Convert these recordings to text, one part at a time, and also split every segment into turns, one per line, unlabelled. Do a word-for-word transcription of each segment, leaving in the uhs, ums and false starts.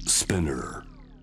Spinner。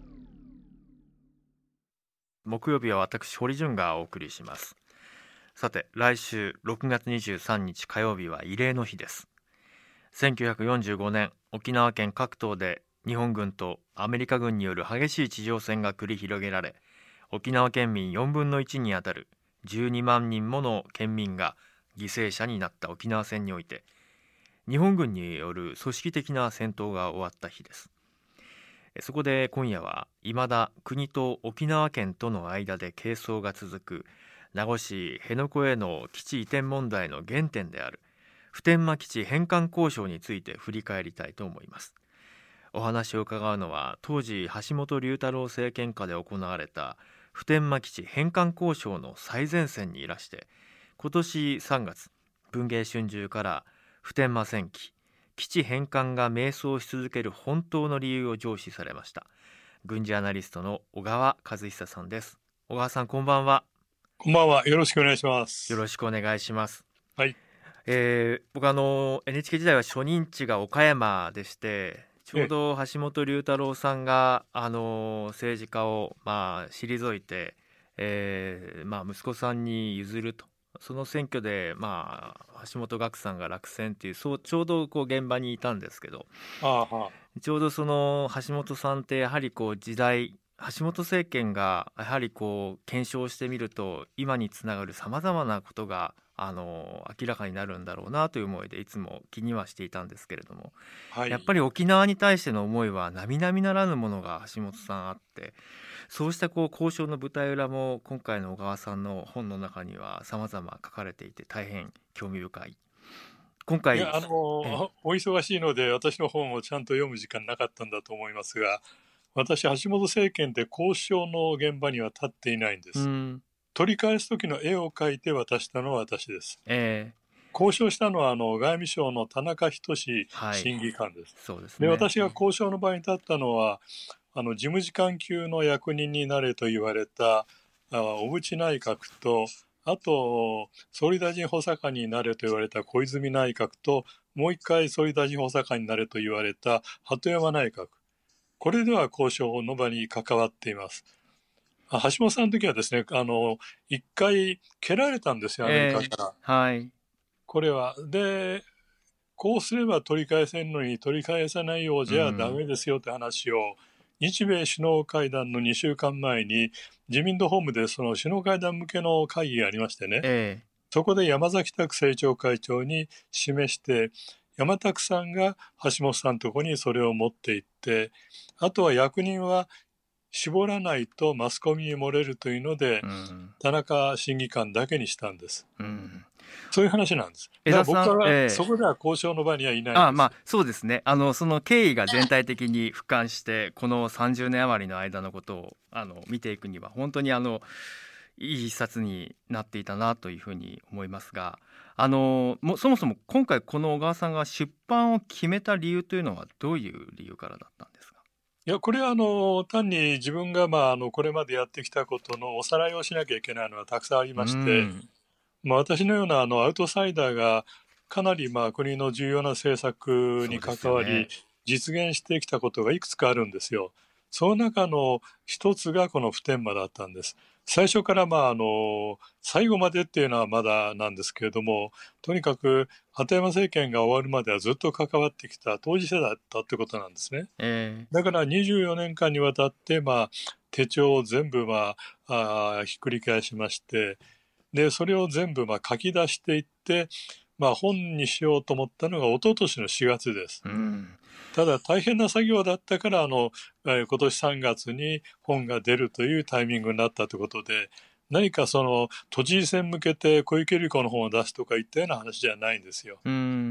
木曜日は私堀潤がお送りします。さて、来週ろくがつにじゅうさんにち火曜日は慰霊の日です。せんきゅうひゃくよんじゅうごねん、沖縄県各島で日本軍とアメリカ軍による激しい地上戦が繰り広げられ、沖縄県民よんぶんのいちにあたるじゅうにまんにんもの県民が犠牲者になった沖縄戦において、日本軍による組織的な戦闘が終わった日です。そこで今夜は、未だ国と沖縄県との間で係争が続く名護市辺野古への基地移転問題の原点である普天間基地返還交渉について振り返りたいと思います。お話を伺うのは、当時橋本龍太郎政権下で行われた普天間基地返還交渉の最前線にいらして、今年さんがつ文藝春秋から普天間戦記、基地返還が迷走し続ける本当の理由を上梓されました軍事アナリストの小川和久さんです。小川さん、こんばんは。
こんばんは。よろしくお願いします。
よろしくお願いします。
はい。
えー、僕あの エヌエイチケー 時代は初任地が岡山でして、ちょうど橋本龍太郎さんがあの政治家をまあ退いて、えーまあ、息子さんに譲ると、その選挙で、まあ、橋本岳さんが落選っていう、そうちょうどこう現場にいたんですけど、
ああはあ、
ちょうどその橋本さんってやはりこう時代、橋本政権がやはりこう検証してみると、今につながるさまざまなことがあの明らかになるんだろうなという思いで、いつも気にはしていたんですけれども、
はい、
やっぱり沖縄に対しての思いは並々ならぬものが橋本さんあって、そうしたこう交渉の舞台裏も今回の小川さんの本の中には様々書かれていて、大変興味深い。今回
いやあのお忙しいので私の本をちゃんと読む時間なかったんだと思いますが、私橋本政権で交渉の現場には立っていないんです。うん、取り返す時の絵を描いて渡したのは私です。えー交渉したのはあの外務省の田中仁審議官です。はい、そうですね。で、私が交渉の場に立ったのは、あの事務次官級の役人になれと言われたあ小渕内閣と、あと総理大臣補佐官になれと言われた小泉内閣と、もう一回総理大臣補佐官になれと言われた鳩山内閣、これでは交渉の場に関わっています。橋本さんの時はですね、あの一回蹴られたんですよ、アメリカから。えーはいこれはでこうすれば取り返せるのに取り返さないようじゃダメですよって話を、うん、日米首脳会談のにしゅうかんまえに自民党本部でその首脳会談向けの会議がありましてね、ええ、そこで山崎拓政調会長に示して、山拓さんが橋本さんのところにそれを持って行って、あとは役人は絞らないとマスコミに漏れるというので、うん、田中審議官だけにしたんです。うんそういう話なんです。だから僕は、えー、そこでは交渉の場にはいないんです。
あ、まあ、そうですね。あのその経緯が全体的に俯瞰してこのさんじゅうねん余りの間のことをあの見ていくには、本当にあのいい一冊になっていたなというふうに思いますが、あのもそもそも今回この小川さんが出版を決めた理由というのはどういう理由からだったんですか？
いや、これはあの単に自分が、まあ、あのこれまでやってきたことのおさらいをしなきゃいけないのはたくさんありまして、まあ、私のようなあのアウトサイダーがかなりまあ国の重要な政策に関わり、ね、実現してきたことがいくつかあるんですよ。その中の一つがこの普天間だったんです。最初からまああの最後までっていうのはまだなんですけれども、とにかく鳩山政権が終わるまではずっと関わってきた当事者だったってことなんですね。えー、だからにじゅうよねんかんにわたってまあ手帳を全部まああひっくり返しまして、でそれを全部まあ書き出していって、まあ、本にしようと思ったのが一昨年のしがつです。うん、ただ大変な作業だったからあの、えー、今年さんがつに本が出るというタイミングになったということで、何かその都知事選向けて小池百合子の本を出すとかいったような話じゃないんですよ。うん、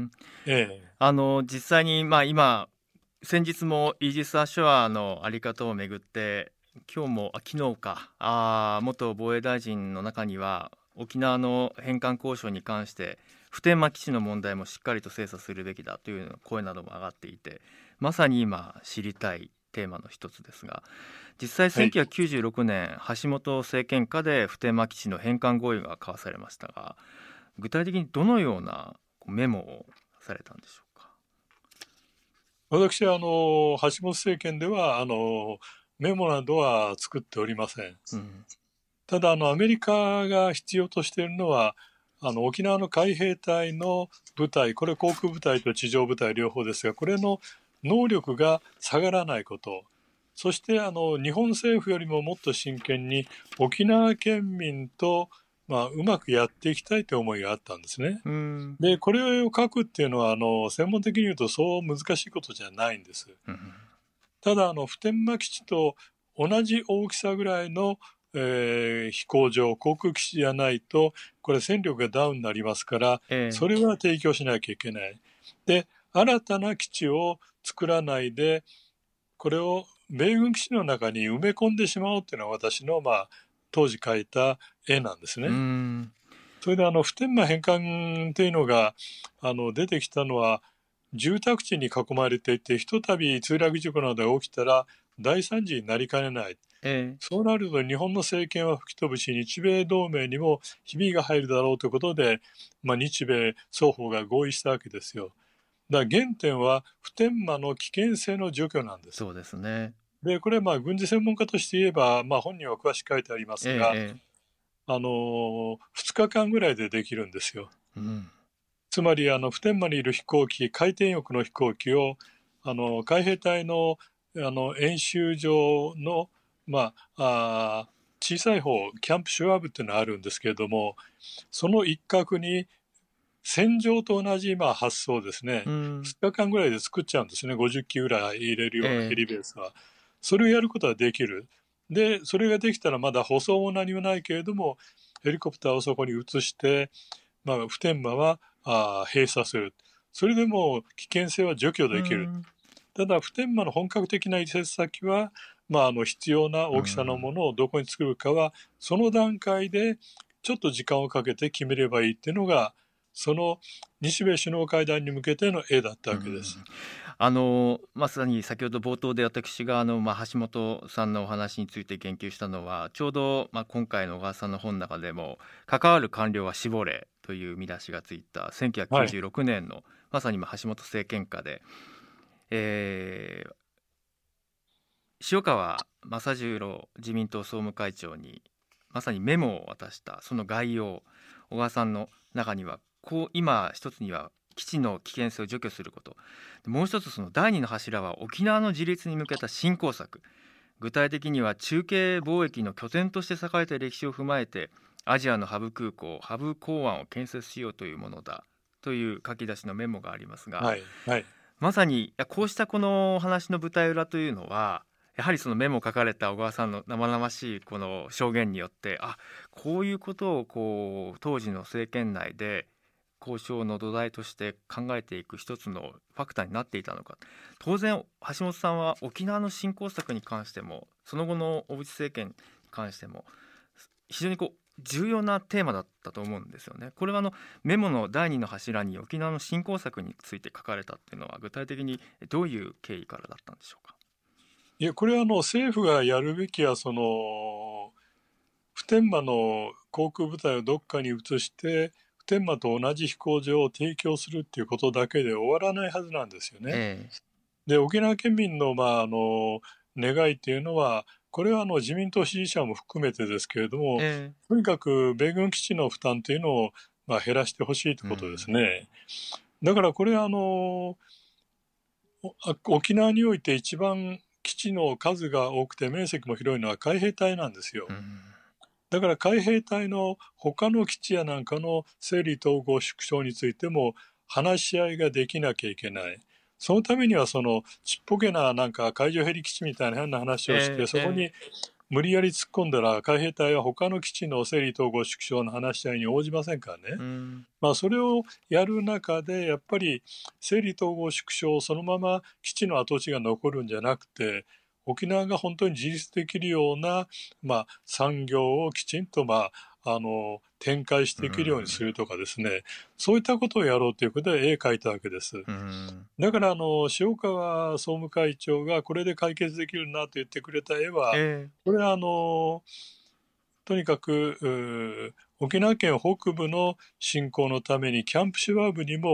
ええ、あの実際に、まあ、今先日もイージス・アショアの在り方をめぐって、今日もあ昨日かあ元防衛大臣の中には沖縄の返還交渉に関して普天間基地の問題もしっかりと精査するべきだという声なども上がっていて、まさに今知りたいテーマの一つですが、実際せんきゅうひゃくきゅうじゅうろくねん、はい、橋本政権下で普天間基地の返還合意が交わされましたが、具体的にどのようなメモをされたんでしょうか？
私はあの橋本政権ではあのメモなどは作っておりません。うん、ただあのアメリカが必要としているのはあの沖縄の海兵隊の部隊、これ航空部隊と地上部隊両方ですが、これの能力が下がらないこと、そしてあの日本政府よりももっと真剣に沖縄県民と、まあ、うまくやっていきたいという思いがあったんですね。うん、でこれを書くっていうのはあの専門的に言うとそう難しいことじゃないんです。うん、ただあの普天間基地と同じ大きさぐらいのえー、飛行場、航空基地じゃないと、これ戦力がダウンになりますから、えー、それは提供しなきゃいけない。で、新たな基地を作らないで、これを米軍基地の中に埋め込んでしまおうというのは私の、まあ、当時描いた絵なんですね。うん、それであの普天間返還というのがあの出てきたのは、住宅地に囲まれていて、ひとたび墜落事故などが起きたら大惨事になりかねない。ええ、そうなると日本の政権は吹き飛ぶし、日米同盟にもひびが入るだろうということで、まあ、日米双方が合意したわけですよ。だから原点は普天間の危険性の除去なんです。
そうですね。
でこれはまあ軍事専門家として言えば、まあ、本人は詳しく書いてありますが、ええ、あのふつかかんぐらいでできるんですよ。うん、つまりあの普天間にいる飛行機、回転翼の飛行機をあの海兵隊のあの演習場のまあ、あ小さい方、キャンプシュワーブっていうのがあるんですけれども、その一角に戦場と同じまあ発想ですね、うん、ふつかかんぐらいで作っちゃうんですね、ごじゅっきぐらい入れるようなヘリベースは。えー、それをやることはできる。で、それができたらまだ舗装も何もないけれども、ヘリコプターをそこに移して、まあ、普天間はあ閉鎖する。それでも危険性は除去できる。うん、ただ、普天間の本格的な移設先は、まあ、あの必要な大きさのものをどこに作るかは、その段階でちょっと時間をかけて決めればいいっていうのが、その日米首脳会談に向けての絵だったわけです。うん、
あのまさに先ほど冒頭で私があの、まあ、橋本さんのお話について言及したのは、ちょうど、まあ、今回の小川さんの本の中でも関わる官僚は絞れという見出しがついたせんきゅうひゃくきゅうじゅうろくねんの、はい、まさに今橋本政権下で、えー、塩川正十郎自民党総務会長にまさにメモを渡したその概要、小川さんの中にはこう今一つには基地の危険性を除去すること、もう一つその第二の柱は沖縄の自立に向けた振興策、具体的には中継貿易の拠点として栄えた歴史を踏まえてアジアのハブ空港、ハブ港湾を建設しようというものだという書き出しのメモがありますが、はいはい、まさにこうしたこの話の舞台裏というのは、やはりそのメモを書かれた小川さんの生々しいこの証言によって、あ、こういうことをこう当時の政権内で交渉の土台として考えていく一つのファクターになっていたのか。当然橋本さんは沖縄の振興策に関してもその後の小渕政権に関しても非常にこう重要なテーマだったと思うんですよね。これはあのメモの第二の柱に沖縄の振興策について書かれたっていうのは具体的にどういう経緯からだったんでしょうか。
いや、これはあの政府がやるべきはその普天間の航空部隊をどっかに移して普天間と同じ飛行場を提供するっていうことだけで終わらないはずなんですよね。えー、で沖縄県民の、まあ、あの願いっていうのは、これはあの自民党支持者も含めてですけれども、えー、とにかく米軍基地の負担というのを、まあ、減らしてほしいということですね。うん、だからこれはあの沖縄において一番基地の数が多くて面積も広いのは海兵隊なんですよ。うん、だから海兵隊の他の基地やなんかの整理統合縮小についても話し合いができなきゃいけない。そのためにはそのちっぽけななんか海上ヘリ基地みたいな変な話をして、えー、そこに無理やり突っ込んだら海兵隊は他の基地の整理統合縮小の話し合いに応じませんからね。うん、まあそれをやる中でやっぱり整理統合縮小そのまま基地の跡地が残るんじゃなくて、沖縄が本当に自立できるような、まあ、産業をきちんと、まあ、あの展開していけるようにするとかですね、うん、そういったことをやろうということで絵描いたわけです。うん、だからあの塩川総務会長がこれで解決できるなと言ってくれた絵は、えー、これはあのとにかく沖縄県北部の振興のためにキャンプシュワーブにも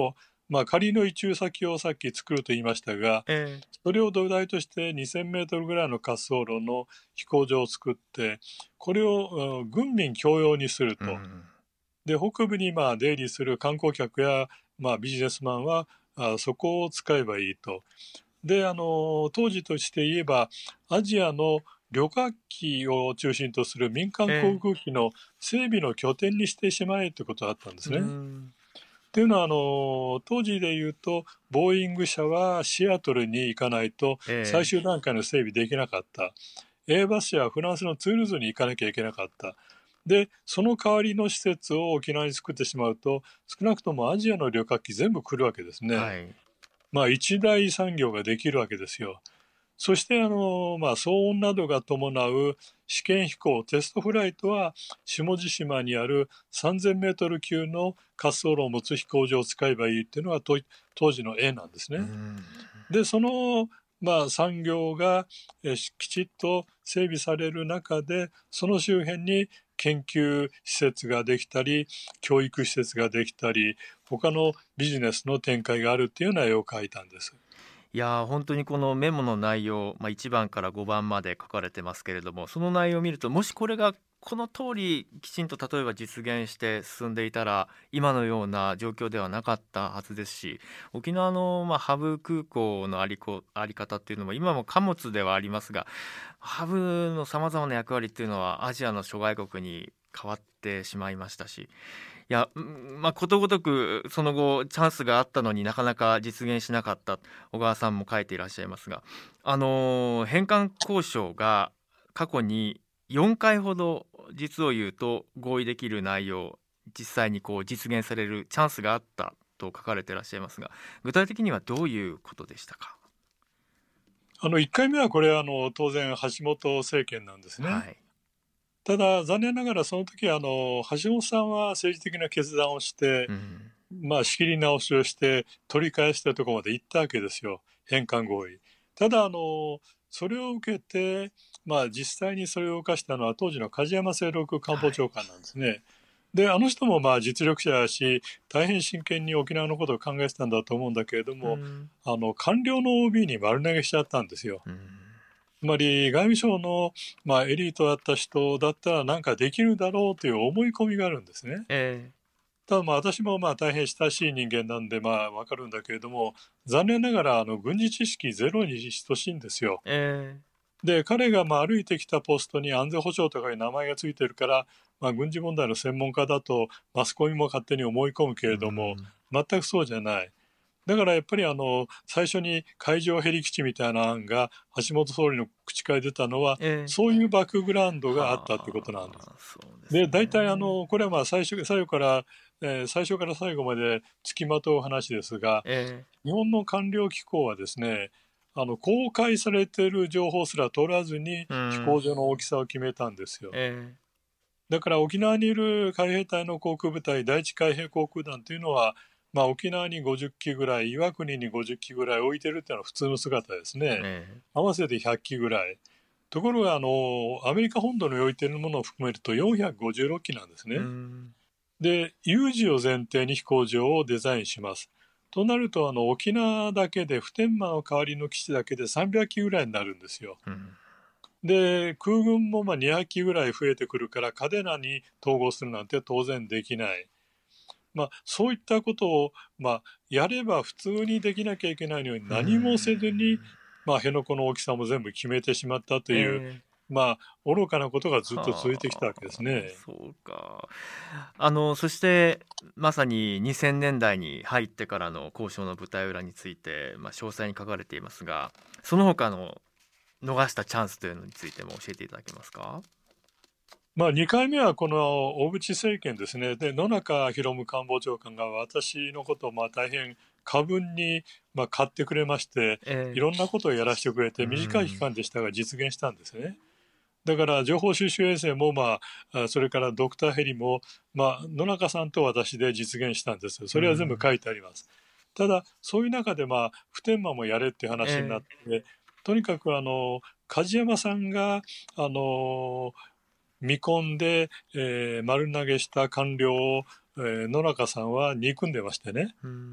まあ、仮の移駐先をさっき作ると言いましたが、
えー、
それを土台としてにせんメートルぐらいの滑走路の飛行場を作って、これを軍民共用にすると。うん、で北部にまあ出入りする観光客やまあビジネスマンはあそこを使えばいいと。であの当時として言えばアジアの旅客機を中心とする民間航空機の整備の拠点にしてしまえということだったんですね。えーっていうのはあの当時でいうとボーイング社はシアトルに行かないと最終段階の整備できなかった、えー、エーバス社はフランスのツールーズに行かなきゃいけなかった。でその代わりの施設を沖縄に作ってしまうと少なくともアジアの旅客機全部来るわけですね、はい、まあ一大産業ができるわけですよ。そしてあの、まあ、騒音などが伴う試験飛行テストフライトは下地島にあるさんぜんメートル級の滑走路を持つ飛行場を使えばいいっていうのが当時の絵なんですね。でその、まあ、産業がえきちっと整備される中でその周辺に研究施設ができたり教育施設ができたり他のビジネスの展開があるっていうような絵を描いたんです。
いや本当にこのメモの内容、まあ、いちばんからごばんまで書かれてますけれども、その内容を見るともしこれがこの通りきちんと例えば実現して進んでいたら今のような状況ではなかったはずですし、沖縄のまあハブ空港のありこあり方っていうのも今も貨物ではありますが、ハブのさまざまな役割っていうのはアジアの諸外国に変わってしまいましたし、いや、まあ、ことごとくその後チャンスがあったのになかなか実現しなかった小川さんも書いていらっしゃいますが、あのー、返還交渉が過去によんかいほど実を言うと合意できる内容、実際にこう実現されるチャンスがあったと書かれていらっしゃいますが、具体的にはどういうことでしたか？
あのいっかいめはこれあの当然橋本政権なんですね、はい、ただ残念ながらその時あの橋本さんは政治的な決断をして、うん、まあ仕切り直しをして取り返したところまで行ったわけですよ、返還合意。ただあのそれを受けて、まあ、実際にそれを動かしたのは当時の梶山清六官房長官なんですね、はい、であの人もまあ実力者だし大変真剣に沖縄のことを考えてたんだと思うんだけれども、うん、あの官僚の オービー に丸投げしちゃったんですよ、うん、つまり外務省の、まあ、エリートだった人だったら何かできるだろうという思い込みがあるんですね、えーただまあ私もまあ大変親しい人間なんでまあ分かるんだけれども、残念ながらあの軍事知識ゼロに等しいんですよ、えー、で彼がまあ歩いてきたポストに安全保障とかいう名前がついてるから、まあ、軍事問題の専門家だとマスコミも勝手に思い込むけれども、全くそうじゃない。だからやっぱりあの最初に海上ヘリ基地みたいな案が橋本総理の口から出たのは、えー、そういうバックグラウンドがあったということなんです。で大体あのこれはまあ最初最初からえー、最初から最後まで付きまとう話ですが、えー、日本の官僚機構はですね、あの公開されている情報すら取らずに飛行場の大きさを決めたんですよ、えー、だから沖縄にいる海兵隊の航空部隊第一海兵航空団というのは、まあ、沖縄にごじゅっきぐらい、岩国にごじゅっきぐらい置いてるっていうのは普通の姿ですね、えー、合わせてひゃっきぐらい。ところがあのアメリカ本土に置いているものを含めるとよんひゃくごじゅうろっきなんですね。で有事を前提に飛行場をデザインします。となるとあの沖縄だけで普天間の代わりの基地だけでさんびゃっきぐらいになるんですよ、うん、で空軍もまあにひゃっきぐらい増えてくるから嘉手納に統合するなんて当然できない、まあ、そういったことを、まあ、やれば普通にできなきゃいけないのに何もせずに、まあ、辺野古の大きさも全部決めてしまったという、えーまあ、愚かなことがずっと続いてきたわけですね。
そうか。あのそしてまさににせんねんだいに入ってからの交渉の舞台裏について、まあ、詳細に書かれていますが、その他の逃したチャンスというのについても教えていただけますか？
まあ、にかいめはこの小渕政権ですね。で野中宏武官房長官が私のことをまあ大変過分にまあ買ってくれまして、えー、いろんなことをやらせてくれて短い期間でしたが実現したんですね。だから情報収集衛星も、まあ、それからドクターヘリも、まあ、野中さんと私で実現したんです。それは全部書いてあります。ただそういう中で、まあ、普天間もやれっていう話になって、えー、とにかくあの梶山さんがあの見込んで、えー、丸投げした官僚を、えー、野中さんは憎んでましてね。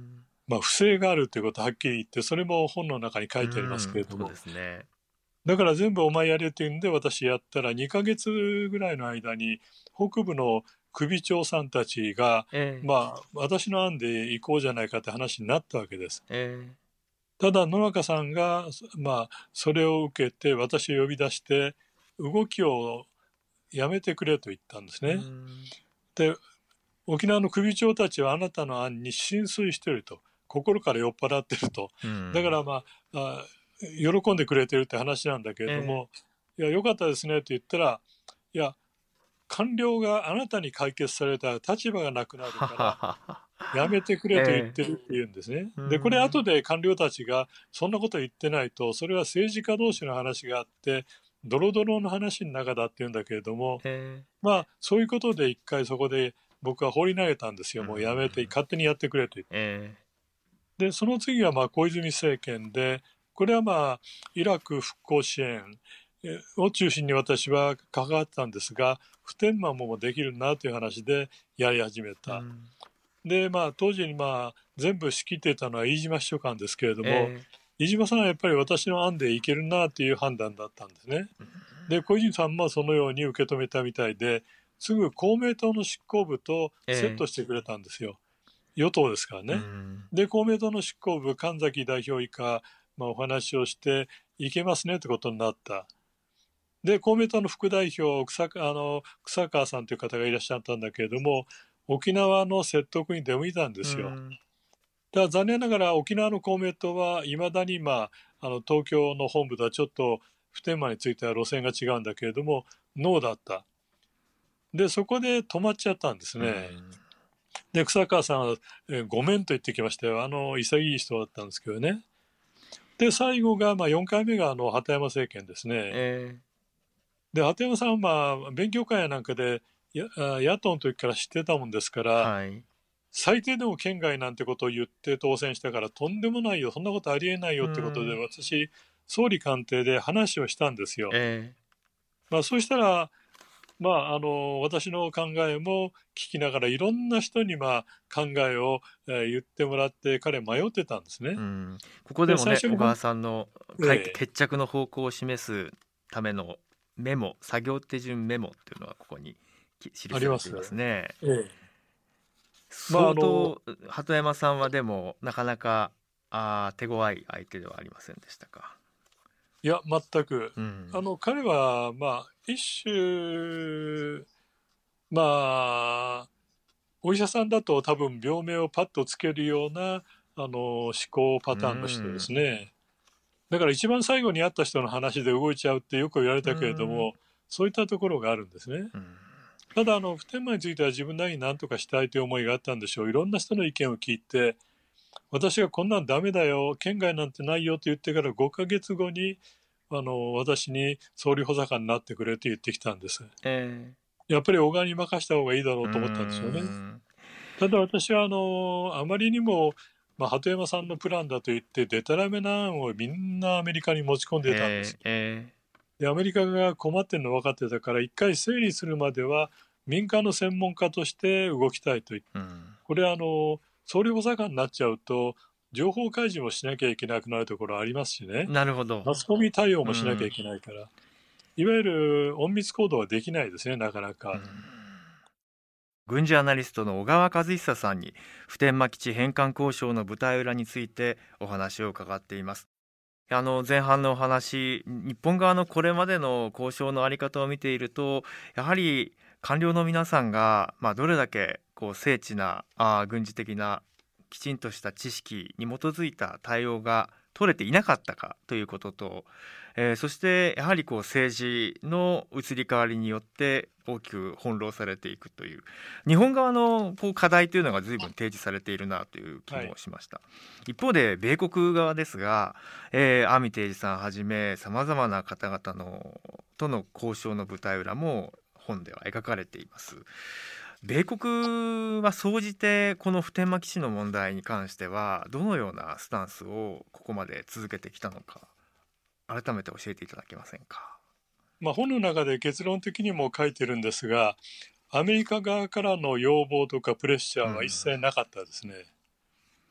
まあ、不正があるということをはっきり言って、それも本の中に書いてありますけれども、
そうですね、
だから全部お前やれって言うんで私やったらにかげつぐらいの間に北部の首長さんたちが、
えー
まあ私の案で行こうじゃないかって話になったわけです。
え
ただ野中さんが、まあ、それを受けて私を呼び出して動きをやめてくれと言ったんです
ー、う
ね。
ん
で沖縄の首長たちはあなたの案に心酔していると、心から酔っ払っていると、
うん
だからまああ喜んでくれてるって話なんだけれども、えー、いやよかったですねって言ったら、いや官僚があなたに解決されたら立場がなくなるからやめてくれと言ってるって言うんですね。
えー、
でこれ後で官僚たちがそんなこと言ってないと、それは政治家同士の話があってドロドロの話の中だって言うんだけれども、
えー、
まあそういうことで一回そこで僕は放り投げたんですよ。もうやめて勝手にやってくれと言って、
え
でその次はまあ小泉政権で、これはまあイラク復興支援を中心に私は関わったんですが、普天間もできるなという話でやり始めた。うん、でまあ当時にまあ全部仕切っていたのは飯島秘書官ですけれども、えー、飯島さんはやっぱり私の案でいけるなという判断だったんですね。で小泉さんもそのように受け止めたみたいで、すぐ公明党の執行部とセットしてくれたんですよ。えー、与党ですからね。うん、で公明党の執行部神崎代表以下、まあ、お話をしていけますねってことになった。で公明党の副代表草あの草川さんという方がいらっしゃったんだけれども、沖縄の説得に出向いたんですよ。うん、だから残念ながら沖縄の公明党はいまだに、今あの東京の本部とはちょっと普天間については路線が違うんだけれどもノーだった。でそこで止まっちゃったんですね。うん、で草川さんは、えー、ごめんと言ってきましたよ。あの潔い人だったんですけどね。で最後が、まあ、よんかいめがあの鳩山政権ですね。えーで鳩山さんは、まあ、勉強会やなんかでや野党の時から知ってたもんですから、はい、最低でも県外なんてことを言って当選したから、とんでもないよ、そんなことありえないよってことで、私総理官邸で話をしたんですよ。えーまあ、そうしたら、まあ、あの私の考えも聞きながらいろんな人にまあ考えを、えー、言ってもらって、彼迷ってたんですね。うん、
ここでもね、小川さんの、えー、決着の方向を示すためのメモ、作業手順メモっていうのはここに記されていますね。ええ、相当、まあ、鳩山さんはでもなかなかあ手強い相手ではありませんでしたか。
いや全く、うん、あの彼はまあ一種まあお医者さんだと多分病名をパッとつけるようなあの思考パターンの人ですね。だから一番最後に会った人の話で動いちゃうってよく言われたけれども、そういったところがあるんですね。ただあの普天間については自分なりに何とかしたいという思いがあったんでしょう。いろんな人の意見を聞いて、私がこんなんダメだよ、県外なんてないよと言ってからごかげつごにあの私に総理補佐官になってくれと言ってきたんです。えー、やっぱり小川に任した方がいいだろうと思ったんですよね。ただ私はあのあまりにもまあ、鳩山さんのプランだと言ってデタラメな案をみんなアメリカに持ち込んでたんです、えーえー、でアメリカが困ってるの分かってたから、一回整理するまでは民間の専門家として動きたいと言って、うん、これはあの総理補佐官になっちゃうと情報開示もしなきゃいけなくなるところありますしね。
なるほど。
マスコミ対応もしなきゃいけないから、うん、いわゆる隠密行動はできないですね、なかなか。うん、
軍事アナリストの小川和久さんに普天間基地返還交渉の舞台裏についてお話を伺っています。あの前半のお話、日本側のこれまでの交渉の在り方を見ていると、やはり官僚の皆さんが、まあ、どれだけこう精緻なあ軍事的なきちんとした知識に基づいた対応が取れていなかったかということと、えー、そしてやはりこう政治の移り変わりによって大きく翻弄されていくという日本側のこう課題というのが随分提示されているなという気もしました、はい、一方で米国側ですが、えー、アミテイジさんはじめさまざまな方々のとの交渉の舞台裏も本では描かれています。米国は総じてこの普天間基地の問題に関してはどのようなスタンスをここまで続けてきたのか、改めて教えていただけませんか。
まあ、本の中で結論的にも書いてるんですが、アメリカ側からの要望とかプレッシャーは一切なかったですね。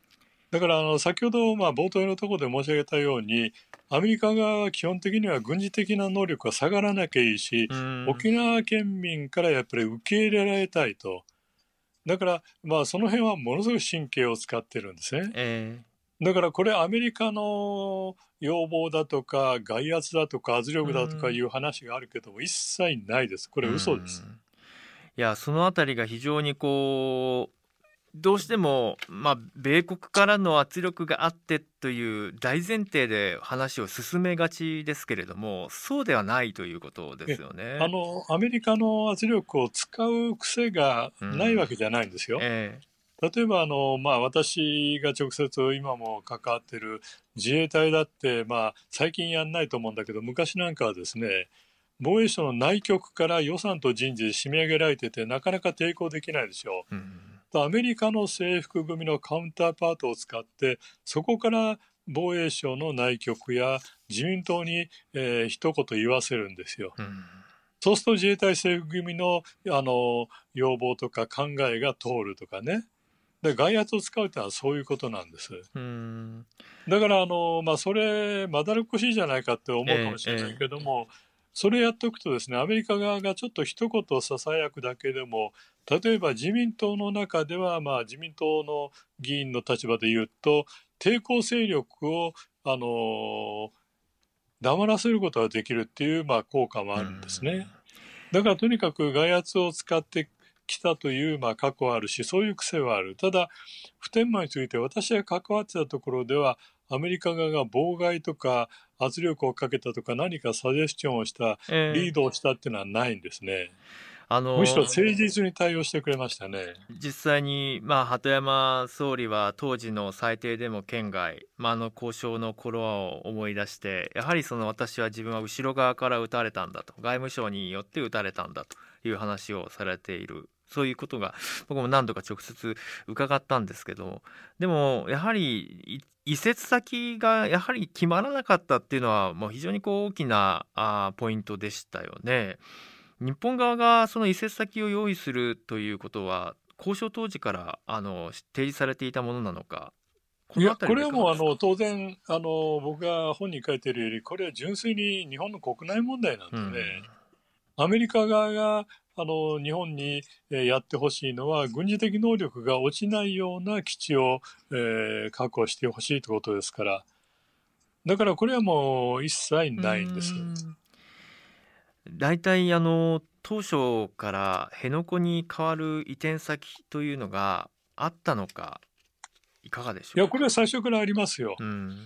だからあの先ほどまあ冒頭のところで申し上げたように、アメリカ側は基本的には軍事的な能力が下がらなきゃいいし、沖縄県民からやっぱり受け入れられたいと。だからまあその辺はものすごい神経を使ってるんですね。えー、だからこれアメリカの要望だとか外圧だとか圧力だとかいう話があるけども、一切ないです。これ嘘です。
いや、そのあたりが非常にこうどうしても、まあ、米国からの圧力があってという大前提で話を進めがちですけれども、そうではないということですよね。
あのアメリカの圧力を使う癖がないわけじゃないんですよ。うんえー、例えばあの、まあ、私が直接今も関わっている自衛隊だって、まあ、最近やんないと思うんだけど、昔なんかはですね、防衛省の内局から予算と人事で締め上げられてて、なかなか抵抗できないでしょう。うんアメリカの制服組のカウンターパートを使ってそこから防衛省の内局や自民党に、えー、一言言わせるんですよ、うん、そうすると自衛隊制服組の、あの要望とか考えが通るとかね。で外圧を使うというのはそういうことなんです。うんだからあの、まあ、それまだるっこしいじゃないかって思うかもしれないけども、えーえーそれやっておくとですね、アメリカ側がちょっと一言ささやくだけでも、例えば自民党の中では、まあ、自民党の議員の立場で言うと、抵抗勢力を、あの黙らせることができるっていう、まあ、効果もあるんですね。だからとにかく外圧を使ってきたという、まあ、過去はあるし、そういう癖はある。ただ、普天間について私が関わってたところでは、アメリカ側が妨害とか圧力をかけたとか何かサジェスチョンをした、えー、リードをしたっていうのはないんですね。あのー、むしろ誠実に対応してくれましたね。
実際に、まあ、鳩山総理は当時の最低でも県外、まあ、あの交渉の頃を思い出して、やはりその私は自分は後ろ側から撃たれたんだと、外務省によって撃たれたんだという話をされている。そういうことが僕も何度か直接伺ったんですけど、でもやはり移設先がやはり決まらなかったっていうのはもう非常にこう大きなあポイントでしたよね。日本側がその移設先を用意するということは交渉当時からあの提示されていたものなのか。
このいやこれはもうあの当然あの僕が本に書いているよりこれは純粋に日本の国内問題なんでね、うん、アメリカ側があの日本にやってほしいのは軍事的能力が落ちないような基地を、えー、確保してほしいということですから、だからこれはもう一切ないんです。
大体あの当初から辺野古に代わる移転先というのがあったのかいかがでしょうか。
いやこれは最初からありますよ、うん、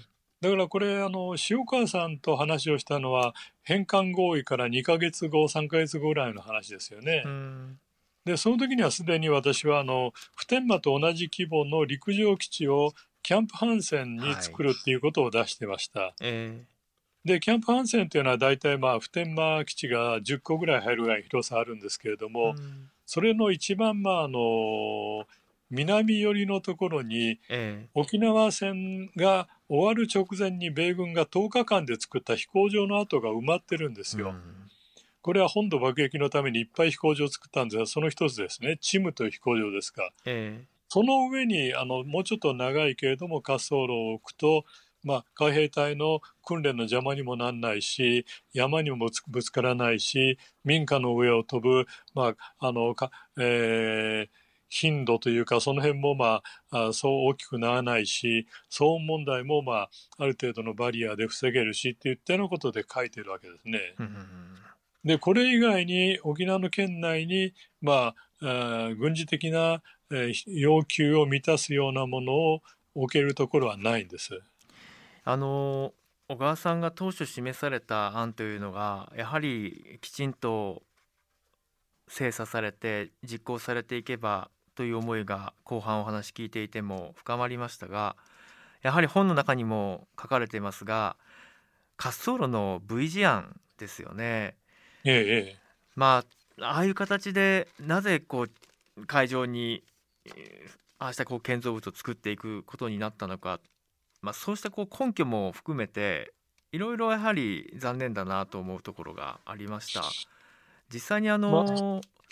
だからこれあの塩川さんと話をしたのは返還合意からにかげつごさんかげつごぐらいの話ですよね、うん、でその時にはすでに私はあの普天間と同じ規模の陸上基地をキャンプハンセンに作るっていうことを出してました、はいえーでキャンプハンセンというのは大体まあ普天間基地がじゅっこぐらい入るぐらい広さあるんですけれども、うん、それの一番まああの南寄りのところに、ええ、沖縄戦が終わる直前に米軍がとおかかんで作った飛行場の跡が埋まってるんですよ、うん、これは本土爆撃のためにいっぱい飛行場を作ったんですがその一つですね、チムという飛行場ですが、ええ、その上にあのもうちょっと長いけれども滑走路を置くとまあ、海兵隊の訓練の邪魔にもなんないし山にもぶつからないし民家の上を飛ぶ、まああのかえー、頻度というかその辺も、まあ、あそう大きくならないし騒音問題も、まあ、ある程度のバリアで防げるしっていったようなことで書いてるわけですね。でこれ以外に沖縄の県内に、まあ、あ軍事的な、えー、要求を満たすようなものを置けるところはないんです。
あの小川さんが当初示された案というのがやはりきちんと精査されて実行されていけばという思いが後半お話聞いていても深まりましたが、やはり本の中にも書かれていますが滑走路の V 字案ですよね、ええ、まあああいう形でなぜこう海上にああしたこう建造物を作っていくことになったのか、まあ、そうしたこう根拠も含めていろいろやはり残念だなと思うところがありました。実際にあの、ま、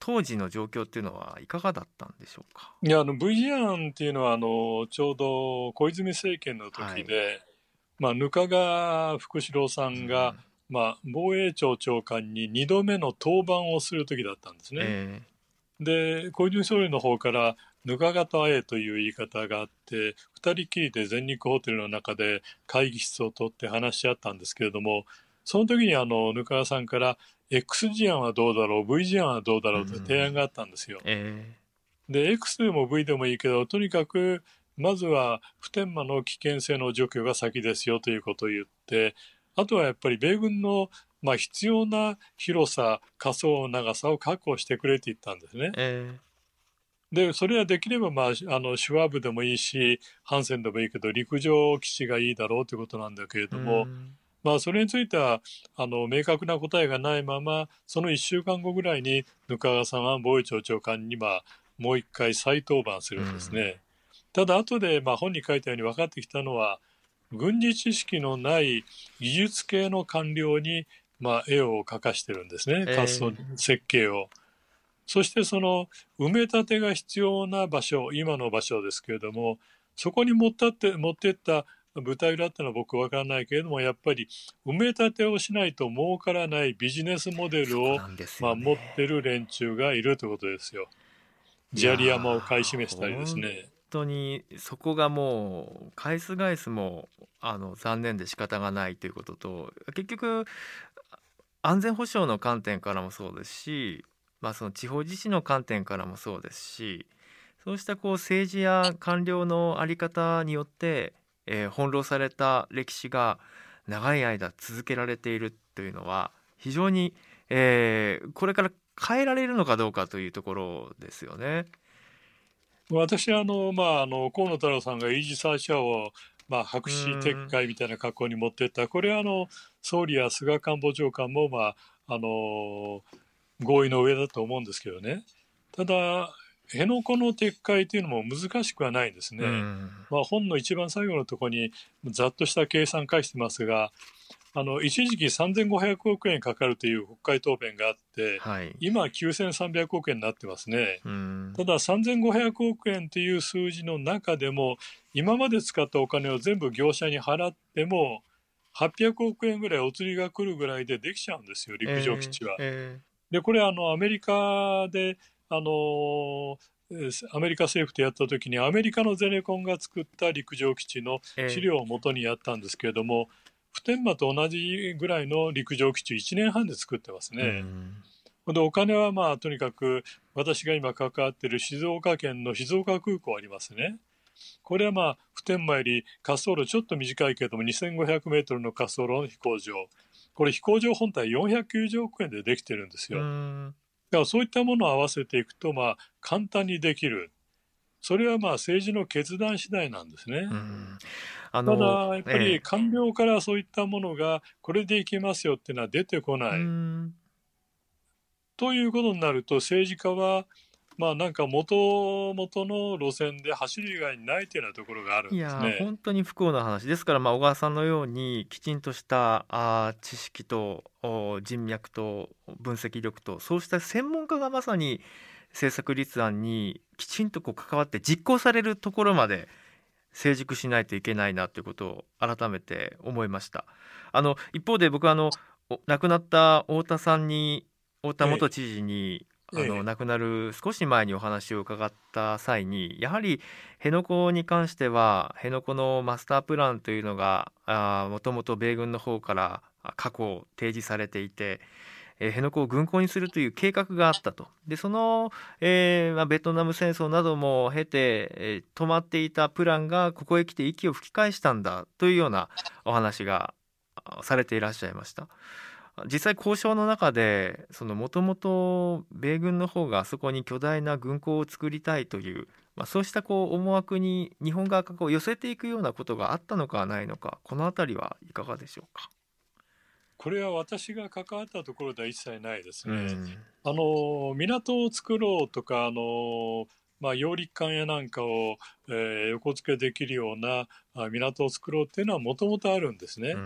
当時の状況っていうのはいかがだったんでしょうか。
いやあの ブイジー 案っていうのはあのちょうど小泉政権の時で、はい、まあ、額賀福志郎さんが、うん、まあ、防衛庁長官ににどめの登板をする時だったんですね。えー、で小泉総理の方から額賀と会えという言い方があってふたりきりで全日空ホテルの中で会議室を取って話し合ったんですけれども、その時にあの額賀さんから X 事案はどうだろう V 事案はどうだろうと提案があったんですよ。うんえー、で X でも V でもいいけどとにかくまずは普天間の危険性の除去が先ですよということを言って、あとはやっぱり米軍のまあ必要な広さ、滑走長さを確保してくれって言ったんですね。えー、でそれはできれば、まあ、あのシュワーブでもいいし、ハンセンでもいいけど、陸上基地がいいだろうということなんだけれども、まあ、それについてはあの明確な答えがないまま、そのいっしゅうかんごぐらいに額賀さんは防衛庁長官に、まあ、もう一回再登板するんですね。ただ後でまあ本に書いたように分かってきたのは、軍事知識のない技術系の官僚にまあ絵を描かしてるんですね、滑走設計を。そしてその埋め立てが必要な場所、今の場所ですけれども、そこに持ってって持ってった舞台裏ってのは僕分からないけれども、やっぱり埋め立てをしないと儲からないビジネスモデルを、ねまあ、持ってる連中がいるということですよ。砂利山を買い占めしたりですね。
本当にそこがもう返す返すもあの残念で仕方がないということと、結局安全保障の観点からもそうですし、まあ、その地方自治の観点からもそうですし、そうしたこう政治や官僚の在り方によって、えー、翻弄された歴史が長い間続けられているというのは非常に、えー、これから変えられるのかどうかというところですよね。
私はあの、まあ、あの河野太郎さんがイージス・アショアを、まあ、白紙撤回みたいな格好に持っていった、これはあの総理や菅官房長官も、まあ、あの合意の上だと思うんですけどね。ただ辺野古の撤回というのも難しくはないんですね。まあ、本の一番最後のところにざっとした計算書いてますが、あの一時期さんぜんごひゃくおくえんかかるという国会答弁があって、はい、今きゅうせんさんびゃくおくえんになってますね。たださんぜんごひゃくおくえんという数字の中でも今まで使ったお金を全部業者に払ってもはっぴゃくおくえんぐらいお釣りが来るぐらいでできちゃうんですよ、陸上基地は。えーえー、でこれあのアメリカであのアメリカ政府とやった時にアメリカのゼネコンが作った陸上基地の資料をもとにやったんですけれども、えー普天間と同じぐらいの陸上基地いちねんはんで作ってますね。でお金はまあとにかく私が今関わっている静岡県の静岡空港ありますね。これはまあ普天間より滑走路ちょっと短いけれどもにせんごひゃくメートルの滑走路の飛行場、これ飛行場本体よんひゃくきゅうじゅうおくえんでできてるんですよ。だからそういったものを合わせていくとまあ簡単にできる。それはまあ政治の決断次第なんですね。うんあのただやっぱり官僚からそういったものがこれでいけますよっていうのは出てこない。うんということになると政治家はまあなんか元々の路線で走る以外にないというようなところがあるんですね。
いや本当に不幸な話ですから、まあ、小川さんのようにきちんとしたあ知識と人脈と分析力とそうした専門家がまさに政策立案にきちんとこう関わって実行されるところまで成熟しないといけないなということを改めて思いました。あの一方で僕はあの亡くなった太田さんに太田元知事に、ええ、あの亡くなる少し前にお話を伺った際にやはり辺野古に関しては辺野古のマスタープランというのがもともと米軍の方から過去提示されていてえー、辺野古を軍港にするという計画があったと。でその、えーまあ、ベトナム戦争なども経て、えー、止まっていたプランがここへ来て息を吹き返したんだというようなお話がされていらっしゃいました。実際交渉の中でもともと米軍の方があそこに巨大な軍港を作りたいという、まあ、そうしたこう思惑に日本側がこう寄せていくようなことがあったのかないのか、このあたりはいかがでしょうか。
これは私が関わったところでは一切ないですね。うん、あの港を作ろうとかあの、まあ、揚陸艦やなんかを、えー、横付けできるような港を作ろうっていうのはもともとあるんですね。うん、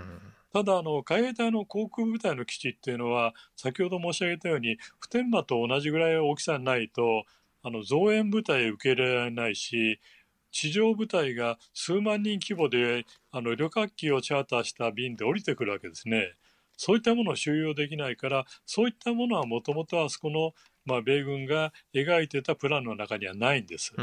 ただあの海兵隊の航空部隊の基地っていうのは先ほど申し上げたように普天間と同じぐらい大きさにないとあの増援部隊受け入れられないし、地上部隊が数万人規模であの旅客機をチャーターした便で降りてくるわけですね。そういったものを収容できないから、そういったものはもともとあそこの、まあ、米軍が描いてたプランの中にはないんです。
うん、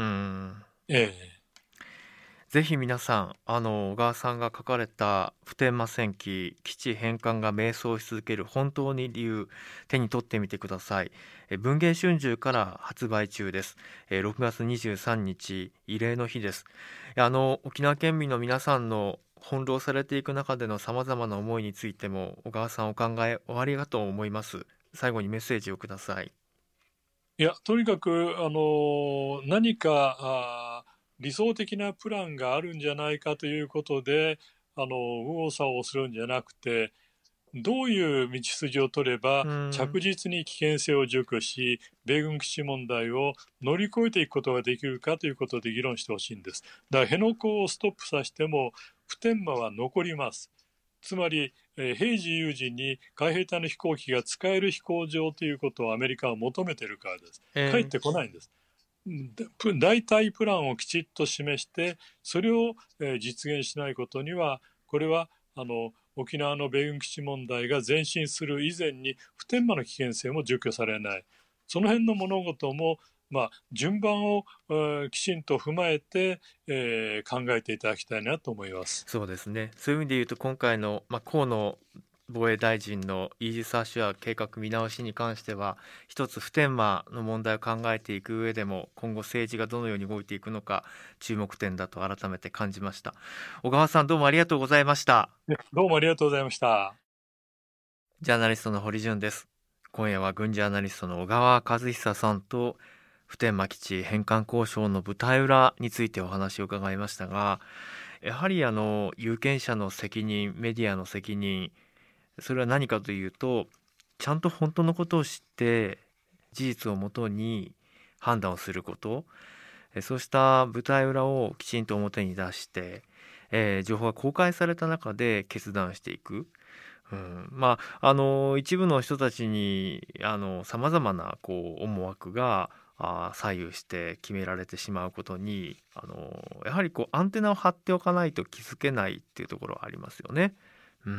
ええ、
ぜひ皆さん、あの小川さんが書かれた普天間戦記基地返還が迷走し続ける本当に理由、手に取ってみてください。え文藝春秋から発売中です。えろくがつにじゅうさんにち、慰霊の日です。あの沖縄県民の皆さんの翻弄されていく中でのさまざまな思いについても小川さんお考えおありがとう思います。最後にメッセージをください。
いや、とにかく、あの何かあ理想的なプランがあるんじゃないかということで、あの右往左往するんじゃなくて、どういう道筋を取れば着実に危険性を除去し、米軍基地問題を乗り越えていくことができるかということで議論してほしいんです。だから辺野古をストップさせても普天間は残ります。つまり、えー平時有事に海兵隊の飛行機が使える飛行場ということをアメリカは求めているからです。
えー
帰ってこないんです。でプ大体プランをきちっと示して、それを、えー実現しないことには、これはあの沖縄の米軍基地問題が前進する以前に普天間の危険性も除去されない。その辺の物事も、まあ、順番を、えーきちんと踏まえて、えー考えていただきたいなと思います。
そうですね。そういう意味で言うと今回の、まあ、河野防衛大臣のイージス・アショア計画見直しに関しては一つ普天間の問題を考えていく上でも今後政治がどのように動いていくのか注目点だと改めて感じました。小川さん、どうもありがとうございました。
どうもありがとうございました。
ジャーナリストの堀潤です。今夜は軍事アナリストの小川和久さんと普天間基地返還交渉の舞台裏についてお話を伺いましたが、やはりあの有権者の責任、メディアの責任、それは何かというと、ちゃんと本当のことを知って事実をもとに判断をすること、そうした舞台裏をきちんと表に出して、えー情報が公開された中で決断していく。うん、まああの一部の人たちにさまざまなこう思惑があ左右して決められてしまうことにあのやはりこうアンテナを張っておかないと気づけないっていうところはありますよね。うん、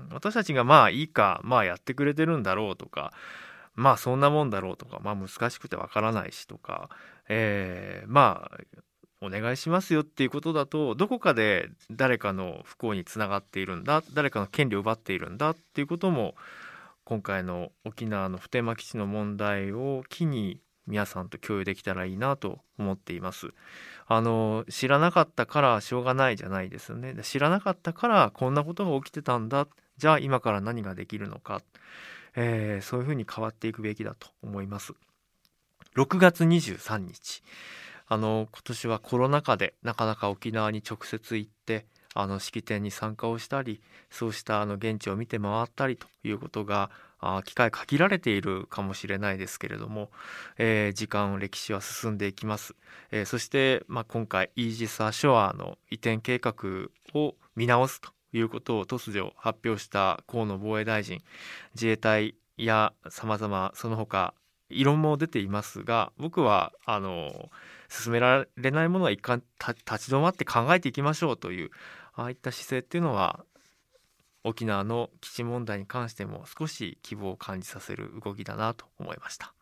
私たちがまあいいか、まあやってくれてるんだろうとか、まあそんなもんだろうとか、まあ難しくてわからないしとか、えーまあお願いしますよっていうことだとどこかで誰かの不幸につながっているんだ、誰かの権利を奪っているんだっていうことも今回の沖縄の普天間基地の問題を機に皆さんと共有できたらいいなと思っています。あの知らなかったからしょうがないじゃないですよね。知らなかったからこんなことが起きてたんだ、じゃあ今から何ができるのか、えーそういうふうに変わっていくべきだと思います。ろくがつにじゅうさんにち、あの今年はコロナ禍でなかなか沖縄に直接行ってあの式典に参加をしたり、そうしたあの現地を見て回ったりということがあ機会限られているかもしれないですけれども、えー時間歴史は進んでいきます。えーそして、まあ、今回イージス・アショアの移転計画を見直すということを突如発表した河野防衛大臣、自衛隊やさまざまその他異論も出ていますが、僕はあの進められないものは一貫立ち止まって考えていきましょうという、ああいった姿勢っていうのは沖縄の基地問題に関しても少し希望を感じさせる動きだなと思いました。